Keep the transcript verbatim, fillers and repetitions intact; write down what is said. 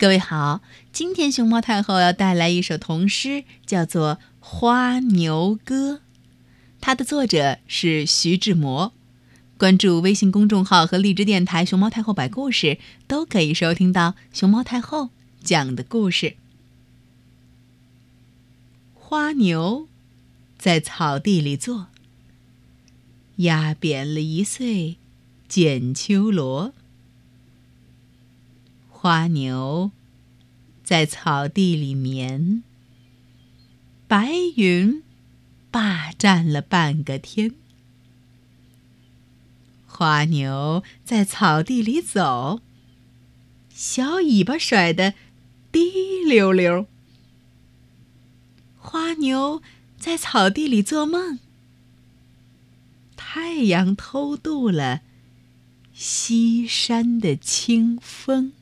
各位好，今天熊猫太后要带来一首童诗，叫做《花牛歌》，它的作者是徐志摩。关注微信公众号和荔枝电台熊猫太后摆故事，都可以收听到熊猫太后讲的故事。花牛在草地里坐，压扁了一穗剪秋萝。花牛在草地里眠，白云霸占了半个天。花牛在草地里走，小尾巴甩得滴溜溜。花牛在草地里做梦，太阳偷渡了西山的清风。